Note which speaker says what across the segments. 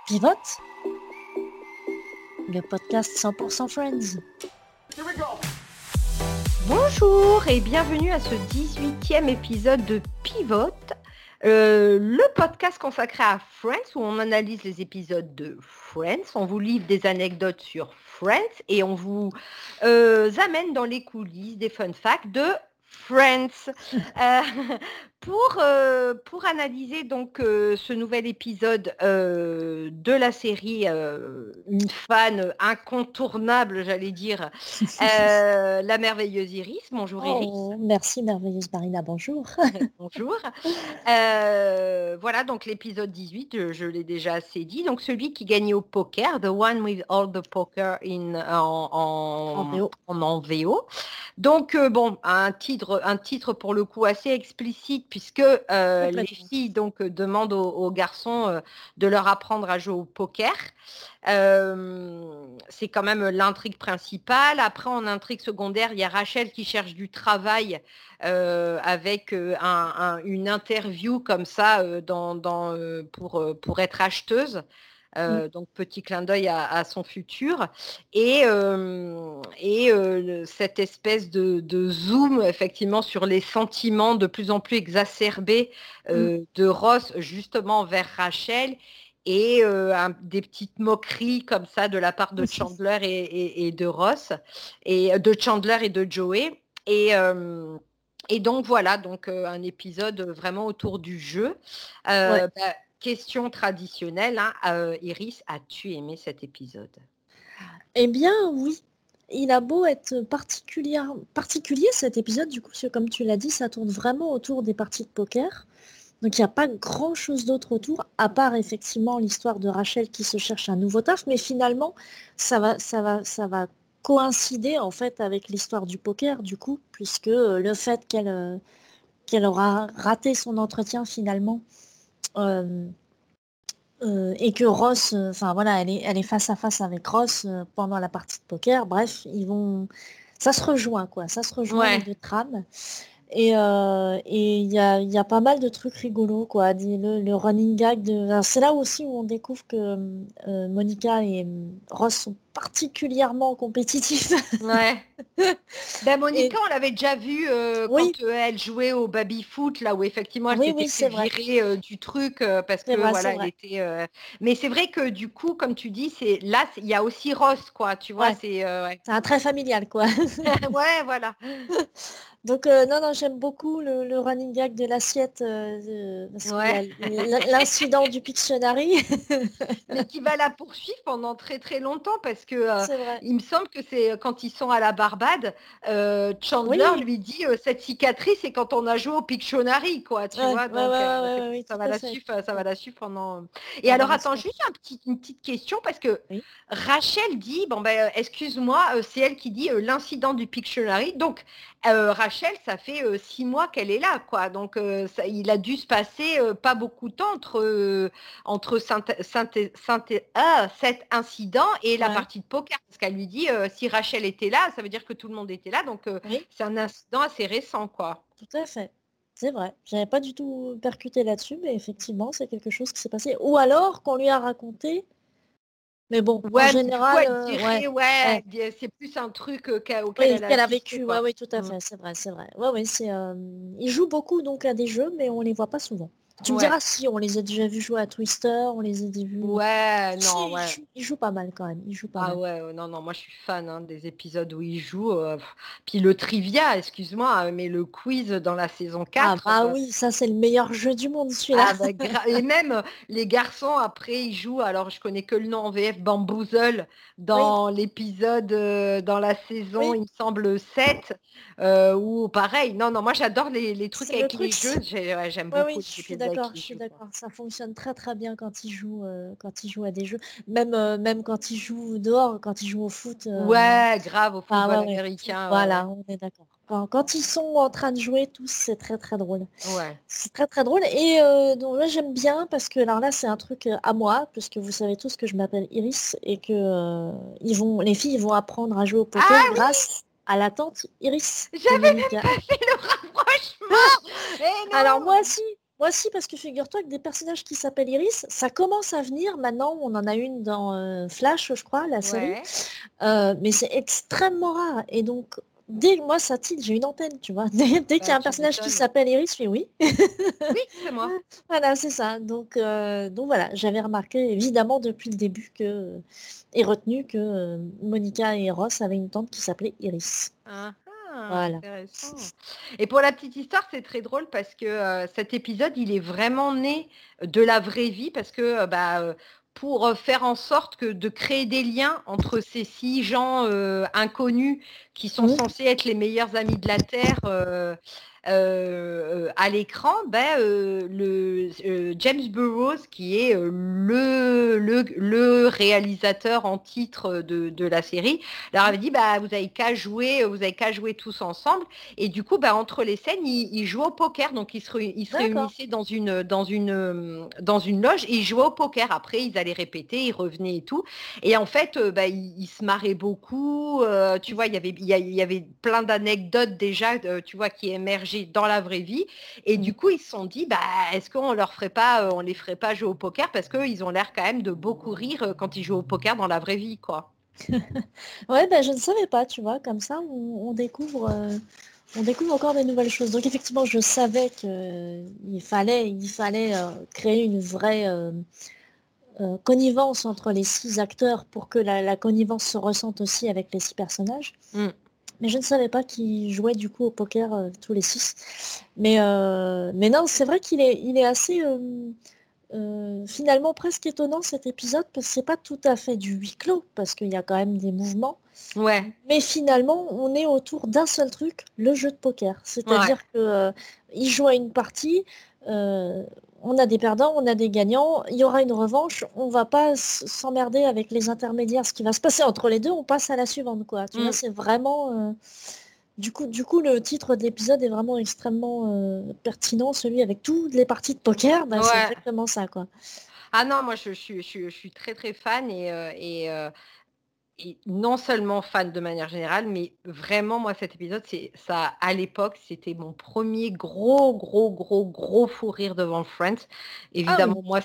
Speaker 1: Pivote, le podcast 100% Friends.
Speaker 2: Bonjour et bienvenue à ce 18e épisode de Pivote, le podcast consacré à Friends où on analyse les épisodes de Friends, on vous livre des anecdotes sur Friends et on vous amène dans les coulisses des fun facts de Friends. Pour analyser donc ce nouvel épisode de la série, une fan incontournable, j'allais dire, la merveilleuse Iris. Bonjour Iris.
Speaker 1: Oh, merci merveilleuse Marina, bonjour.
Speaker 2: Bonjour. Voilà donc l'épisode 18, je l'ai déjà assez dit. Donc celui qui gagnait au poker, The One with All the Poker en VO. Donc bon, un titre pour le coup assez explicite puisque les filles donc demandent aux garçons de leur apprendre à jouer au poker. C'est quand même l'intrigue principale. Après, en intrigue secondaire, il y a Rachel qui cherche du travail avec une interview comme ça pour être acheteuse. Donc petit clin d'œil à son futur et cette espèce de zoom effectivement sur les sentiments de plus en plus exacerbés de Ross justement vers Rachel et des petites moqueries comme ça de la part de Chandler et de Ross et de Chandler et de Joey et donc voilà donc un épisode vraiment autour du jeu. Question traditionnelle, Iris, as-tu aimé cet épisode ?
Speaker 1: Eh bien oui, il a beau être particulier cet épisode, du coup, parce que, comme tu l'as dit, ça tourne vraiment autour des parties de poker. Donc il n'y a pas grand-chose d'autre autour, à part effectivement l'histoire de Rachel qui se cherche un nouveau taf, mais finalement, ça va coïncider en fait avec l'histoire du poker, du coup, puisque le fait qu'elle aura raté son entretien finalement, et que Ross, elle est face à face avec Ross pendant la partie de poker. Bref, ça se rejoint les deux trames. Et il y a pas mal de trucs rigolos, quoi. Le running gag alors, c'est là aussi où on découvre que Monica et Ross sont particulièrement compétitifs.
Speaker 2: Ouais. Monica, on l'avait déjà vu
Speaker 1: oui.
Speaker 2: quand elle jouait au baby-foot, là où effectivement elle s'était fait virer du truc parce que voilà, elle était. Mais c'est vrai que du coup, comme tu dis, il y a aussi Ross, quoi. Tu vois, c'est
Speaker 1: un trait familial, quoi.
Speaker 2: Ouais, voilà.
Speaker 1: Donc non, j'aime beaucoup le running gag de l'assiette, parce qu'il y a l'incident du Pictionary.
Speaker 2: Mais qui va la poursuivre pendant très très longtemps parce que il me semble que c'est quand ils sont à la Barbade, Chandler lui dit cette cicatrice c'est quand on a joué au Pictionary, quoi, tu vois, donc ça va la suivre pendant. Et alors attends juste une petite question parce que Rachel dit excuse-moi, c'est elle qui dit l'incident du Pictionary, donc Rachel, ça fait 6 mois qu'elle est là, quoi. Donc, il a dû se passer pas beaucoup de temps entre cet incident et la partie de poker. Parce qu'elle lui dit, si Rachel était là, ça veut dire que tout le monde était là. Donc, c'est un incident assez récent, quoi.
Speaker 1: Tout à fait. C'est vrai. J'avais pas du tout percuté là-dessus, mais effectivement, c'est quelque chose qui s'est passé. Ou alors qu'on lui a raconté. Mais bon, en général,
Speaker 2: c'est plus un truc auquel elle a
Speaker 1: vécu. Oui, tout à fait, c'est vrai. Ouais, il joue beaucoup donc à des jeux, mais on les voit pas souvent. Tu me diras si on les a déjà vus jouer à Twister, on les a vus. Il joue pas mal quand même.
Speaker 2: Non, moi je suis fan des épisodes où il joue. Puis le trivia, excuse-moi, mais le quiz dans la saison 4.
Speaker 1: Oui, ça c'est le meilleur jeu du monde celui-là.
Speaker 2: Et même les garçons après ils jouent. Alors je connais que le nom en VF, Bamboozle dans l'épisode dans la saison, il me semble 7. Ou pareil. Non, moi j'adore les trucs avec les jeux. J'aime beaucoup.
Speaker 1: Je suis d'accord. Ça fonctionne très très bien quand il joue à des jeux. Même quand il joue dehors, quand il joue au foot.
Speaker 2: Grave au football américain.
Speaker 1: Voilà, on est d'accord. Quand ils sont en train de jouer tous, c'est très très drôle. C'est très très drôle. Et donc là j'aime bien parce que alors là c'est un truc à moi, puisque vous savez tous que je m'appelle Iris et que les filles vont apprendre à jouer au poker grâce à la tante Iris.
Speaker 2: J'avais même pas fait le rapprochement.
Speaker 1: Alors moi aussi, Moi aussi, parce que figure-toi que des personnages qui s'appellent Iris, ça commence à venir. Maintenant, on en a une dans Flash, je crois, la série. Mais c'est extrêmement rare. Et donc, dès que moi, ça titre, j'ai une antenne, tu vois. Dès qu'il y a un personnage qui s'appelle Iris, je fais oui.
Speaker 2: Oui, c'est moi.
Speaker 1: Voilà, c'est ça. Donc voilà, j'avais remarqué évidemment depuis le début et retenu que Monica et Ross avaient une tante qui s'appelait Iris. Voilà.
Speaker 2: Intéressant. Et pour la petite histoire, c'est très drôle parce que cet épisode, il est vraiment né de la vraie vie parce que pour faire en sorte de créer des liens entre ces 6 gens inconnus qui sont censés être les meilleurs amis de la Terre à l'écran, James Burrows, qui est le réalisateur en titre de la série, leur avait dit vous avez qu'à jouer tous ensemble. Et du coup, entre les scènes, ils jouaient au poker. Donc ils se réunissaient dans une loge et ils jouaient au poker. Après, ils allaient répéter, ils revenaient et tout. Et en fait, ils se marraient beaucoup. Tu vois, il y avait plein d'anecdotes déjà, tu vois, qui émergeaient dans la vraie vie. Et du coup, ils se sont dit, est-ce qu'on les ferait pas jouer au poker parce qu'ils ont l'air quand même de beaucoup rire quand ils jouent au poker dans la vraie vie, quoi.
Speaker 1: Ouais, je ne savais pas, tu vois, comme ça, on découvre encore des nouvelles choses. Donc effectivement, je savais qu'il fallait créer une vraie connivence entre les 6 acteurs pour que la connivence se ressente aussi avec les 6 personnages. Mais je ne savais pas qu'ils jouaient du coup au poker tous les 6. Mais non, c'est vrai qu'il est assez finalement presque étonnant cet épisode parce que c'est pas tout à fait du huis clos parce qu'il y a quand même des mouvements.
Speaker 2: Ouais.
Speaker 1: Mais finalement, on est autour d'un seul truc, le jeu de poker. C'est-à-dire que ils jouent à une partie, on a des perdants, on a des gagnants, il y aura une revanche, on va pas s'emmerder avec les intermédiaires, ce qui va se passer entre les deux, on passe à la suivante, quoi. Tu vois, c'est vraiment... Du coup, le titre de l'épisode est vraiment extrêmement pertinent, celui avec toutes les parties de poker, c'est exactement ça, quoi.
Speaker 2: Ah non, moi je suis très très fan et non seulement fan de manière générale, mais vraiment moi cet épisode, ça à l'époque, c'était mon premier gros fou rire devant Friends. Évidemment, moi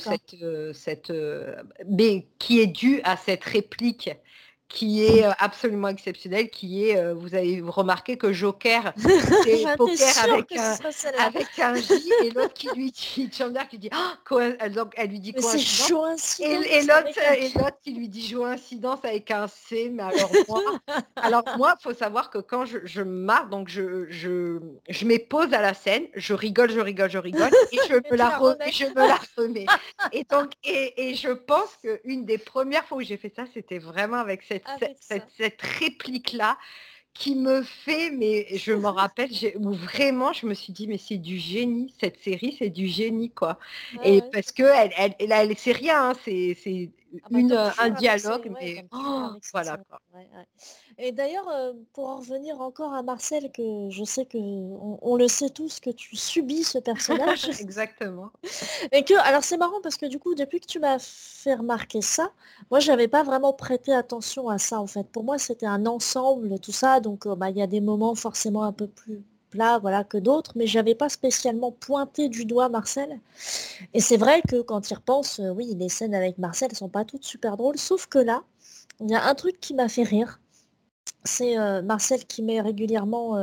Speaker 2: mais qui est dû à cette réplique qui est absolument exceptionnelle, qui est, vous avez remarqué que Joker, c'est poker avec un J, et l'autre qui lui dit, Chandler qui dit, elle lui dit coïncidence, et l'autre qui lui dit coïncidence avec un C, mais alors moi, faut savoir que quand je me marre, donc je mets pause à la scène, je rigole, et je me la remets. Et donc, et je pense qu'une des premières fois où j'ai fait ça, c'était vraiment avec cette réplique-là qui me fait, mais je m'en rappelle, où vraiment je me suis dit, mais c'est du génie, cette série, c'est du génie, quoi. Et parce que c'est rien, c'est un dialogue, mais voilà, quoi.
Speaker 1: Et d'ailleurs, pour en revenir encore à Marcel, que je sais que on le sait tous que tu subis ce personnage.
Speaker 2: Exactement.
Speaker 1: Et alors c'est marrant parce que du coup, depuis que tu m'as fait remarquer ça, moi j'avais pas vraiment prêté attention à ça en fait. Pour moi, c'était un ensemble, tout ça, donc il y a des moments forcément un peu plus plats, voilà, que d'autres, mais j'avais pas spécialement pointé du doigt Marcel. Et c'est vrai que quand il repense, oui, les scènes avec Marcel sont pas toutes super drôles, sauf que là, il y a un truc qui m'a fait rire. C'est Marcel qui met régulièrement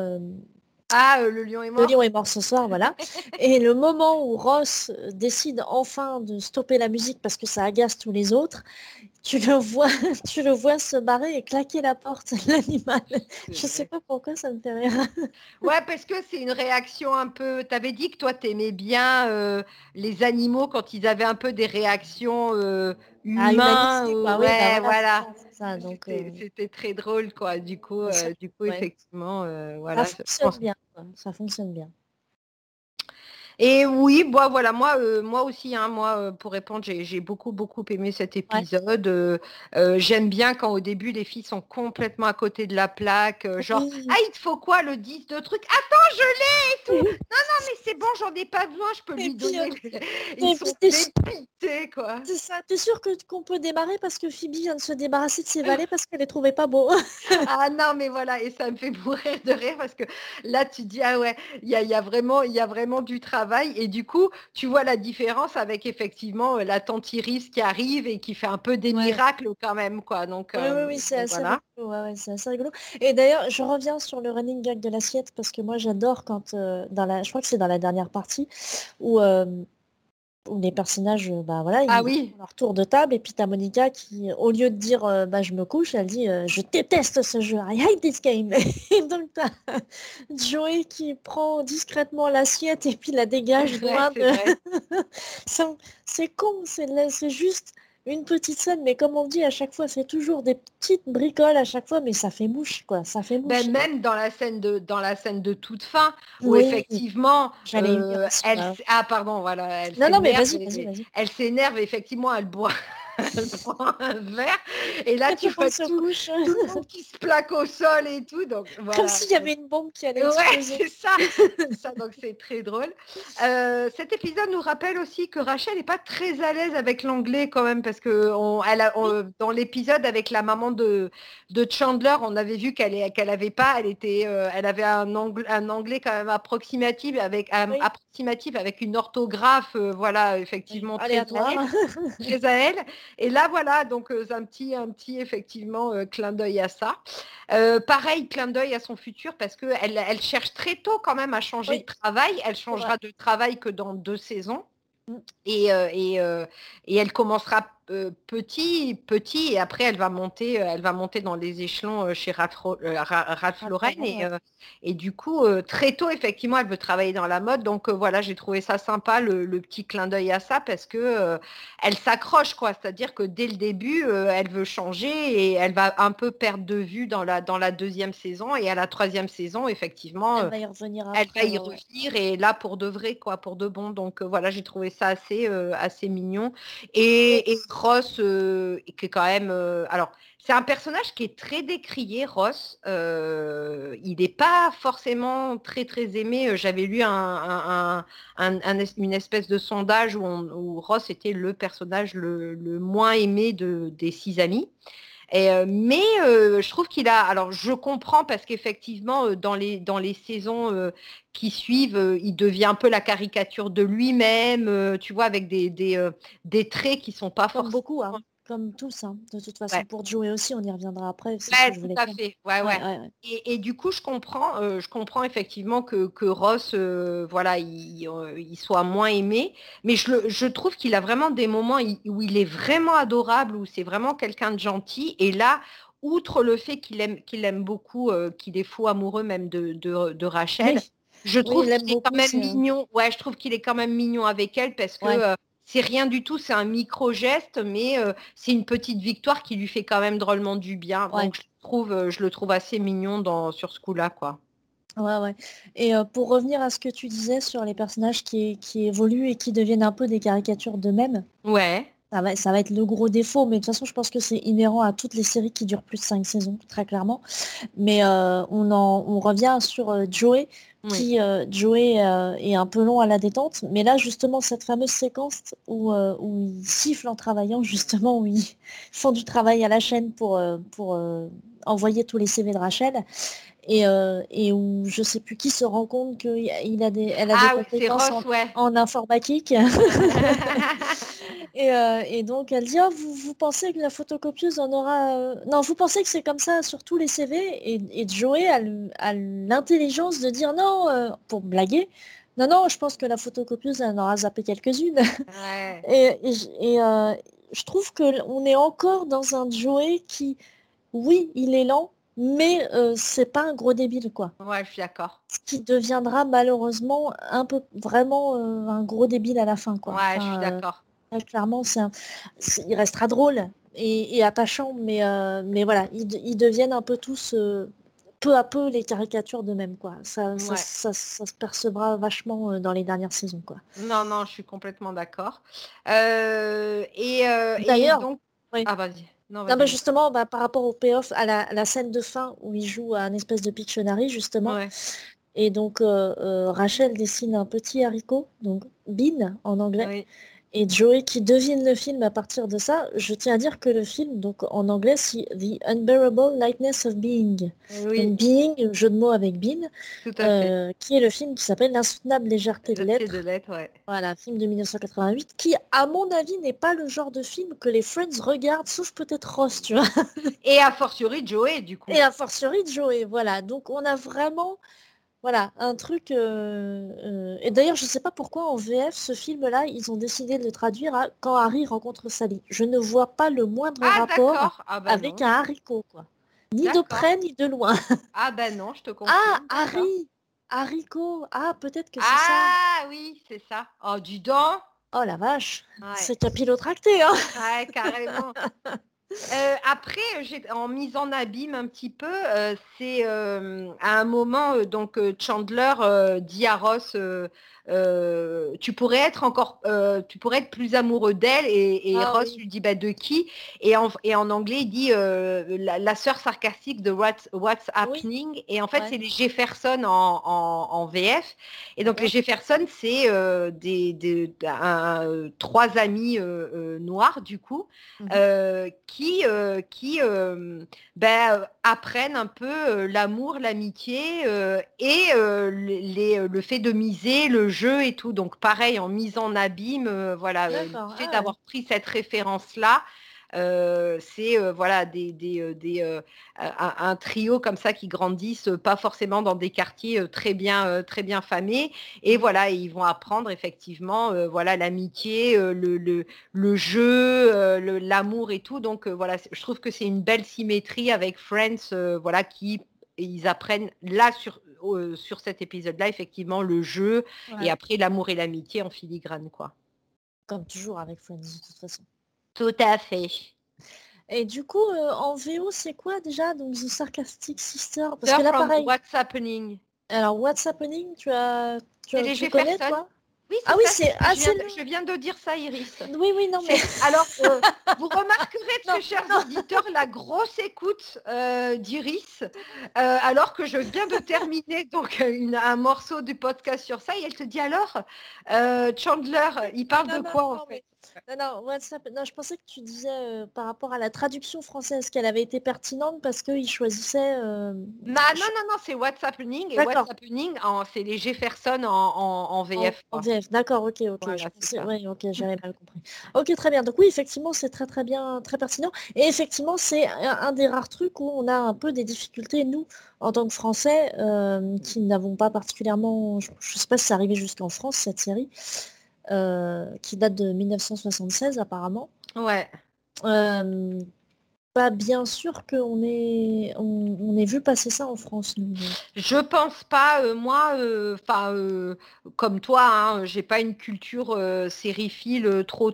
Speaker 2: le lion est mort.
Speaker 1: Le lion est mort ce soir, voilà. Et le moment où Ross décide enfin de stopper la musique parce que ça agace tous les autres, tu le vois se barrer et claquer la porte, l'animal. Je sais pas pourquoi ça me fait rire.
Speaker 2: Ouais, parce que c'est une réaction un peu... T'avais dit que toi, t'aimais bien les animaux quand ils avaient un peu des réactions humaines. Voilà. C'était très drôle, quoi. Du coup, effectivement, voilà.
Speaker 1: Ça fonctionne bien.
Speaker 2: Et oui, voilà, moi aussi, hein, pour répondre, j'ai beaucoup aimé cet épisode. J'aime bien quand au début les filles sont complètement à côté de la plaque, genre il te faut quoi, le 10 de trucs, attends, je l'ai et tout. Non, mais c'est bon, j'en ai pas besoin, je peux lui donner. Ils sont dépités, quoi.
Speaker 1: C'est ça, t'es sûr qu'on peut démarrer parce que Phoebe vient de se débarrasser de ses valets parce qu'elle les trouvait pas beaux.
Speaker 2: Ah non, mais voilà, et ça me fait mourir de rire parce que là tu dis, ah ouais, il y a vraiment du travail. travail. Et du coup, tu vois la différence avec effectivement la tante Iris qui arrive et qui fait un peu des miracles quand même, quoi. Donc,
Speaker 1: oui, c'est assez
Speaker 2: voilà.
Speaker 1: rigolo. C'est assez rigolo. Et d'ailleurs, je reviens sur le running gag de l'assiette parce que moi, j'adore quand, je crois que c'est dans la dernière partie, où les personnages, voilà,
Speaker 2: Ah
Speaker 1: ils
Speaker 2: oui,
Speaker 1: font leur tour de table et puis t'as Monica qui, au lieu de dire je me couche, elle dit je déteste ce jeu, I hate this game. Et donc t'as Joey qui prend discrètement l'assiette et puis la dégage loin
Speaker 2: c'est vrai.
Speaker 1: C'est con, c'est juste une petite scène, mais comme on dit à chaque fois, c'est toujours des petites bricoles à chaque fois, mais ça fait mouche, quoi, ça fait mouche.
Speaker 2: Même dans la scène de toute fin, où
Speaker 1: Oui,
Speaker 2: effectivement,
Speaker 1: j'allais y venir aussi, voilà.
Speaker 2: ah pardon, voilà, elle
Speaker 1: Non, mais
Speaker 2: s'énerve,
Speaker 1: vas-y.
Speaker 2: elle s'énerve, effectivement, elle boit, elle prend un verre, et là
Speaker 1: Et tout
Speaker 2: tu
Speaker 1: le monde
Speaker 2: vois
Speaker 1: se
Speaker 2: tout,
Speaker 1: couche.
Speaker 2: tout le monde qui se plaque au sol et tout, donc
Speaker 1: Comme
Speaker 2: voilà.
Speaker 1: s'il y avait une bombe qui allait
Speaker 2: Ouais,
Speaker 1: exploser.
Speaker 2: c'est ça, donc c'est très drôle. Cet épisode nous rappelle aussi que Rachel n'est pas très à l'aise avec l'anglais quand même, parce que dans l'épisode avec la maman de Chandler, on avait vu qu'elle avait pas, elle avait un anglais quand même approximatif avec une orthographe, voilà, effectivement
Speaker 1: Aléatoire.
Speaker 2: très à elle. Et là, voilà, donc un petit effectivement clin d'œil à ça. Pareil, clin d'œil à son futur parce qu'elle cherche très tôt quand même à changer de travail. Elle changera de travail que dans 2 saisons. Et elle commencera petit et après elle va monter dans les échelons chez Ralph Lauren et du coup très tôt effectivement elle veut travailler dans la mode, donc voilà, j'ai trouvé ça sympa le petit clin d'œil à ça parce que elle s'accroche, quoi, c'est-à-dire que dès le début elle veut changer et elle va un peu perdre de vue dans la 2e saison, et à la 3e saison effectivement
Speaker 1: Elle va y revenir
Speaker 2: elle
Speaker 1: après.
Speaker 2: va y revenir, et là pour de vrai, quoi, pour de bon. Donc voilà, j'ai trouvé ça assez mignon. Et Ross, qui est quand même. Alors, c'est un personnage qui est très décrié, Ross. Il n'est pas forcément très très aimé. J'avais lu une espèce de sondage où Ross était le personnage le moins aimé des 6 amis. Mais je trouve qu'il a. Alors, je comprends parce qu'effectivement, dans les saisons qui suivent, il devient un peu la caricature de lui-même, tu vois, avec des traits qui sont pas
Speaker 1: Comme
Speaker 2: forcément.
Speaker 1: beaucoup, comme tous. De toute façon,
Speaker 2: Ouais.
Speaker 1: pour Joey aussi, on y reviendra après. C'est ce que je
Speaker 2: Tout
Speaker 1: voulais
Speaker 2: à
Speaker 1: dire.
Speaker 2: fait. Ouais. Et du coup, je comprends effectivement que Ross, voilà, il soit moins aimé. Mais je trouve qu'il a vraiment des moments où il est vraiment adorable, où c'est vraiment quelqu'un de gentil. Et là, outre le fait qu'il aime beaucoup, qu'il est fou amoureux même de Rachel,
Speaker 1: Oui,
Speaker 2: je trouve
Speaker 1: il aime
Speaker 2: qu'il est quand
Speaker 1: beaucoup.
Speaker 2: même mignon. Ouais, je trouve qu'il est quand même mignon avec elle parce que c'est rien du tout, c'est un micro-geste, mais c'est une petite victoire qui lui fait quand même drôlement du bien. Donc je le trouve assez mignon sur ce coup-là, quoi.
Speaker 1: Ouais. Et pour revenir à ce que tu disais sur les personnages qui évoluent et qui deviennent un peu des caricatures d'eux-mêmes,
Speaker 2: Ouais.
Speaker 1: ça va être le gros défaut, mais de toute façon, je pense que c'est inhérent à toutes les séries qui durent plus de 5 saisons, très clairement. Mais on revient sur Joey,
Speaker 2: Oui.
Speaker 1: qui Joey est un peu long à la détente. Mais là, justement, cette fameuse séquence où ils sifflent en travaillant, justement, où ils font du travail à la chaîne pour envoyer tous les CV de Rachel. Et où je sais plus qui se rend compte qu'elle a des
Speaker 2: Ah oui, c'est
Speaker 1: compétences
Speaker 2: Ross, ouais.
Speaker 1: en informatique. Et donc elle dit, oh, vous pensez que la photocopieuse en aura... Non, vous pensez que c'est comme ça sur tous les CV? Et Joey a l'intelligence de dire non, pour blaguer. Non, je pense que la photocopieuse elle en aura zappé quelques-unes.
Speaker 2: Ouais.
Speaker 1: Je trouve qu'on est encore dans un Joey qui, oui, il est lent, mais c'est pas un gros débile, quoi.
Speaker 2: Ouais, je suis d'accord.
Speaker 1: Ce qui deviendra malheureusement un peu vraiment un gros débile à la fin, quoi.
Speaker 2: Ouais, je suis
Speaker 1: Enfin,
Speaker 2: d'accord.
Speaker 1: très clairement, il restera drôle et attachant, mais voilà, ils deviennent un peu tous peu à peu les caricatures d'eux-mêmes, quoi.
Speaker 2: Ouais.
Speaker 1: Ça se percevra vachement dans les dernières saisons, quoi.
Speaker 2: Non, je suis complètement d'accord. Et
Speaker 1: D'ailleurs,
Speaker 2: donc,
Speaker 1: oui.
Speaker 2: ah vas-y. Non,
Speaker 1: Non,
Speaker 2: vas-y,
Speaker 1: bah
Speaker 2: vas-y.
Speaker 1: justement, par rapport au payoff, à la scène de fin où il joue à un espèce de Pictionary, justement,
Speaker 2: Ouais.
Speaker 1: et donc Rachel dessine un petit haricot, donc bean en anglais,
Speaker 2: Oui.
Speaker 1: Et Joey qui devine le film à partir de ça. Je tiens à dire que le film, donc en anglais, c'est The Unbearable Lightness of Being.
Speaker 2: Oui,
Speaker 1: Donc Being, jeu de mots avec Bean,
Speaker 2: tout à fait.
Speaker 1: qui est le film qui s'appelle L'insoutenable légèreté de
Speaker 2: Jeté de
Speaker 1: l'être.
Speaker 2: lettres, ouais.
Speaker 1: Voilà, film de 1988, qui, à mon avis, n'est pas le genre de film que les Friends regardent, sauf peut-être Ross, tu vois.
Speaker 2: Et a fortiori Joey, du coup.
Speaker 1: Et a fortiori Joey, voilà. Donc on a vraiment, voilà, un truc... Et d'ailleurs, je ne sais pas pourquoi en VF, ce film-là, ils ont décidé de le traduire à Quand Harry rencontre Sally. Je ne vois pas le moindre
Speaker 2: Ah,
Speaker 1: rapport
Speaker 2: d'accord. Ah, bah
Speaker 1: avec
Speaker 2: non.
Speaker 1: un haricot, quoi. Ni de
Speaker 2: D'accord.
Speaker 1: près, ni de loin.
Speaker 2: Ah, bah non, je te
Speaker 1: Ah,
Speaker 2: confirme. D'accord.
Speaker 1: Harry! Haricot! Ah, peut-être que c'est ça.
Speaker 2: Ah, oui, c'est ça. Oh, dis donc.
Speaker 1: Oh la vache!
Speaker 2: Ouais,
Speaker 1: C'est capillotracté, hein!
Speaker 2: ouais, carrément. Après, en mise en abîme un petit peu, c'est à un moment, donc Chandler dit à Ross, tu pourrais être plus amoureux d'elle, et
Speaker 1: Ah
Speaker 2: Ross
Speaker 1: oui,
Speaker 2: lui dit bah, de qui? Et en anglais, il dit la sœur sarcastique de What's
Speaker 1: oui,
Speaker 2: Happening. Et en fait,
Speaker 1: ouais,
Speaker 2: c'est les Jefferson en VF. Et donc les
Speaker 1: d'accord.
Speaker 2: Jefferson, c'est trois amis noirs du coup,
Speaker 1: Mhm.
Speaker 2: qui apprennent un peu l'amour, l'amitié, et le fait de miser, le jeu et tout. Donc pareil, en mise en abîme, voilà, le
Speaker 1: D'accord,
Speaker 2: fait
Speaker 1: ah ouais.
Speaker 2: d'avoir pris cette référence-là, c'est voilà, un trio comme ça qui grandissent pas forcément dans des quartiers très bien famés. Et
Speaker 1: Mhm.
Speaker 2: voilà, ils vont apprendre effectivement voilà, l'amitié, le jeu, l'amour et tout. Donc voilà, je trouve que c'est une belle symétrie avec Friends, voilà, ils apprennent là sur cet épisode-là, effectivement, le jeu, et
Speaker 1: Ouais,
Speaker 2: après l'amour et l'amitié en filigrane, quoi.
Speaker 1: comme toujours avec Friends de toute façon.
Speaker 2: Tout à fait.
Speaker 1: Et du coup, en VO, c'est quoi déjà? Donc The Sarcastic Sister? Parce
Speaker 2: Sir
Speaker 1: que là,
Speaker 2: from
Speaker 1: pareil.
Speaker 2: What's Happening.
Speaker 1: Alors, What's Happening,
Speaker 2: C'est les
Speaker 1: tu connais,
Speaker 2: Jefferson.
Speaker 1: toi?
Speaker 2: Oui,
Speaker 1: Ah
Speaker 2: c'est
Speaker 1: oui,
Speaker 2: ça.
Speaker 1: c'est le...
Speaker 2: Je viens de dire ça, Iris.
Speaker 1: Oui, oui, non, mais...
Speaker 2: Alors, vous remarquerez,
Speaker 1: Non,
Speaker 2: très chers
Speaker 1: non.
Speaker 2: auditeurs, la grosse écoute d'Iris, alors que je viens de terminer donc un morceau du podcast sur ça, et elle te dit alors, Chandler, il parle
Speaker 1: Non,
Speaker 2: de
Speaker 1: non,
Speaker 2: quoi en
Speaker 1: non,
Speaker 2: fait?
Speaker 1: mais... Non, non, WhatsApp... non, je pensais que tu disais par rapport à la traduction française qu'elle avait été pertinente parce qu'ils choisissaient...
Speaker 2: Non, non, non, non, c'est What's Happening, et What's
Speaker 1: D'accord,
Speaker 2: Happening, c'est les Jefferson en VF,
Speaker 1: en
Speaker 2: quoi.
Speaker 1: VF, d'accord, ok, ok, je
Speaker 2: Voilà, c'est
Speaker 1: pensais...
Speaker 2: ça.
Speaker 1: Ouais, ok, j'avais mal compris. Ok, très bien. Donc oui, effectivement, c'est très très bien, très pertinent. Et effectivement, c'est un des rares trucs où on a un peu des difficultés, nous, en tant que Français, qui n'avons pas particulièrement... Je ne sais pas si c'est arrivé jusqu'en France, cette série, qui date de 1976 apparemment.
Speaker 2: Ouais.
Speaker 1: Euh, Pas bien sûr on ait vu passer ça en France, nous.
Speaker 2: Je pense pas, moi, enfin, comme toi, hein, j'ai pas une culture sériephile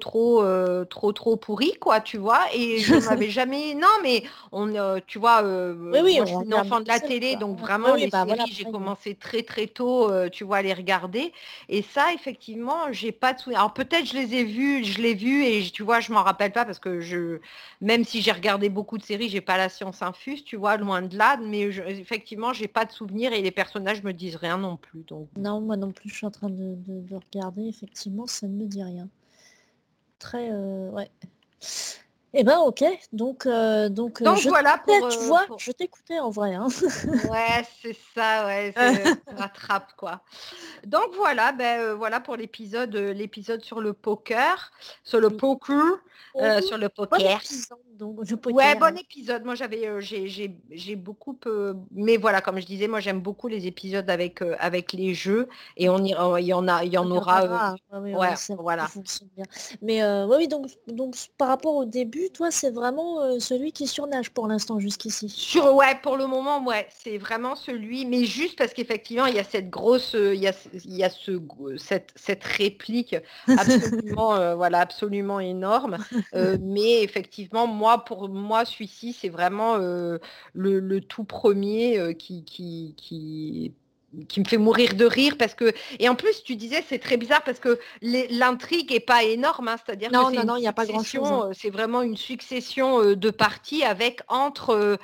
Speaker 2: trop pourrie, quoi, tu vois. Et je m'avais jamais. Non, mais tu vois,
Speaker 1: Oui, oui,
Speaker 2: moi, je
Speaker 1: on
Speaker 2: suis une
Speaker 1: regarde
Speaker 2: enfant de
Speaker 1: beaucoup de
Speaker 2: la
Speaker 1: séries,
Speaker 2: télé,
Speaker 1: quoi.
Speaker 2: donc
Speaker 1: Oui,
Speaker 2: vraiment
Speaker 1: oui,
Speaker 2: les
Speaker 1: bah voilà,
Speaker 2: séries, j'ai
Speaker 1: pareil.
Speaker 2: commencé très très tôt, tu vois, à les regarder. Et ça, effectivement, j'ai pas de souvenir. Alors peut-être je l'ai vu, et tu vois, je m'en rappelle pas parce que même si j'ai regardé beaucoup de séries, j'ai pas la science infuse, tu vois, loin de là. Mais effectivement, j'ai pas de souvenirs, et les personnages me disent rien non plus. Donc,
Speaker 1: Non, moi non plus, je suis en train de regarder, effectivement, ça ne me dit rien. Très, ouais. Eh ben, ok,
Speaker 2: donc
Speaker 1: je
Speaker 2: voilà
Speaker 1: t'écoutais, tu vois, je t'écoutais en vrai, hein.
Speaker 2: Ouais, c'est ça, ouais, ça rattrape quoi. Donc voilà, voilà pour l'épisode sur le poker, sur le
Speaker 1: Oui.
Speaker 2: poker,
Speaker 1: Oh,
Speaker 2: sur le
Speaker 1: bon
Speaker 2: poker.
Speaker 1: épisode, donc, le
Speaker 2: Ouais,
Speaker 1: poker,
Speaker 2: bon
Speaker 1: ouais.
Speaker 2: épisode. Moi, j'ai beaucoup, mais voilà, comme je disais, moi, j'aime beaucoup les épisodes avec les jeux, et il y
Speaker 1: On
Speaker 2: en
Speaker 1: y
Speaker 2: aura,
Speaker 1: reviendra, hein. Ouais, ouais,
Speaker 2: ouais,
Speaker 1: ouais, c'est vrai qu'il
Speaker 2: voilà.
Speaker 1: fonctionne bien. Mais ouais, oui, donc par rapport au début, toi, c'est vraiment celui qui surnage pour l'instant jusqu'ici.
Speaker 2: Ouais, pour le moment, ouais, c'est vraiment celui, mais juste parce qu'effectivement, il y a cette grosse, il y a cette réplique absolument, voilà, absolument énorme. Mais effectivement, pour moi, celui-ci, c'est vraiment le tout premier qui qui me fait mourir de rire parce que, et en plus tu disais c'est très bizarre parce que l'intrigue est pas énorme, hein, c'est-à-dire
Speaker 1: non,
Speaker 2: que
Speaker 1: non, il n'y a pas grand-chose. Hein.
Speaker 2: C'est vraiment une succession de parties avec entre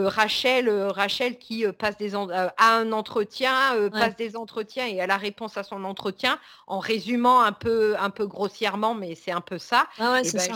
Speaker 2: Rachel qui passe a un entretien, passe des entretiens et a la réponse à son entretien, en résumant un peu grossièrement, mais c'est un peu ça.
Speaker 1: Et ben,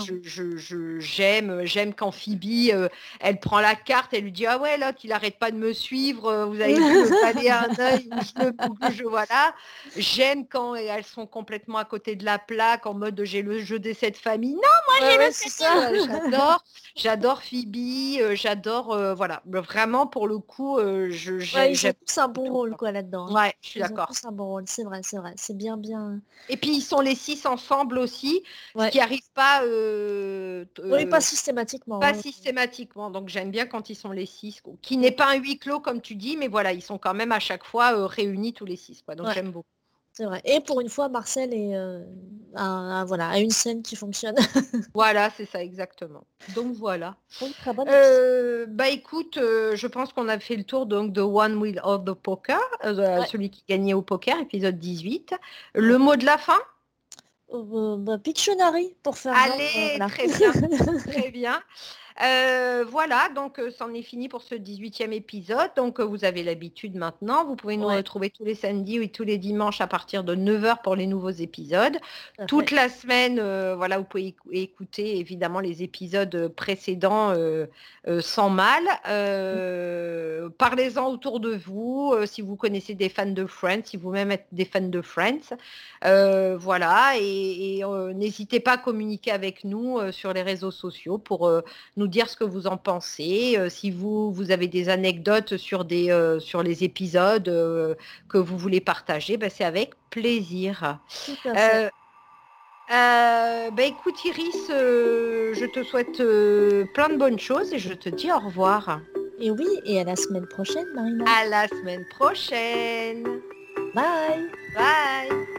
Speaker 2: j'aime quand Phoebe elle prend la carte, elle lui dit ah ouais là il arrête pas de me suivre, vous avez vu me balayer un œil, voilà. J'aime quand elles sont complètement à côté de la plaque en mode j'ai le jeu des 7 familles. Non, moi j'ai le 7. J'adore Phoebe, j'adore voilà, vraiment pour le coup
Speaker 1: ils ont tous un bon rôle quoi là-dedans.
Speaker 2: Ouais, je suis d'accord.
Speaker 1: Tous un bon rôle, c'est vrai, c'est bien.
Speaker 2: Et puis ils sont les 6 ensemble aussi, ce qui n'arrive pas
Speaker 1: oui, pas systématiquement.
Speaker 2: Pas systématiquement, donc j'aime bien quand ils sont les 6, qui n'est pas un huis clos comme tu dis, mais voilà, ils sont quand même à chaque fois réunis tous les 6, quoi, donc j'aime beaucoup.
Speaker 1: C'est vrai. Et pour une fois, Marcel est à une scène qui fonctionne.
Speaker 2: Voilà, c'est ça exactement. Donc voilà.
Speaker 1: Très bonne
Speaker 2: écoute, je pense qu'on a fait le tour donc de One Wheel of the Poker, celui qui gagnait au poker, épisode 18. Le mot de la fin
Speaker 1: Pictionary pour faire.
Speaker 2: Allez, très bien, très bien. Voilà, donc c'en est fini pour ce 18e épisode. Donc vous avez l'habitude maintenant. Vous pouvez nous retrouver tous les samedis ou tous les dimanches à partir de 9h pour les nouveaux épisodes. Toute la semaine, voilà, vous pouvez écouter évidemment les épisodes précédents sans mal. Parlez-en autour de vous, si vous connaissez des fans de Friends, si vous-même êtes des fans de Friends. Voilà, et n'hésitez pas à communiquer avec nous sur les réseaux sociaux pour nous dire ce que vous en pensez, si vous avez des anecdotes sur les épisodes que vous voulez partager, c'est avec plaisir. Écoute Iris, je te souhaite plein de bonnes choses et je te dis au revoir.
Speaker 1: Et oui, et à la semaine prochaine, Marina.
Speaker 2: À la semaine prochaine.
Speaker 1: Bye.
Speaker 2: Bye.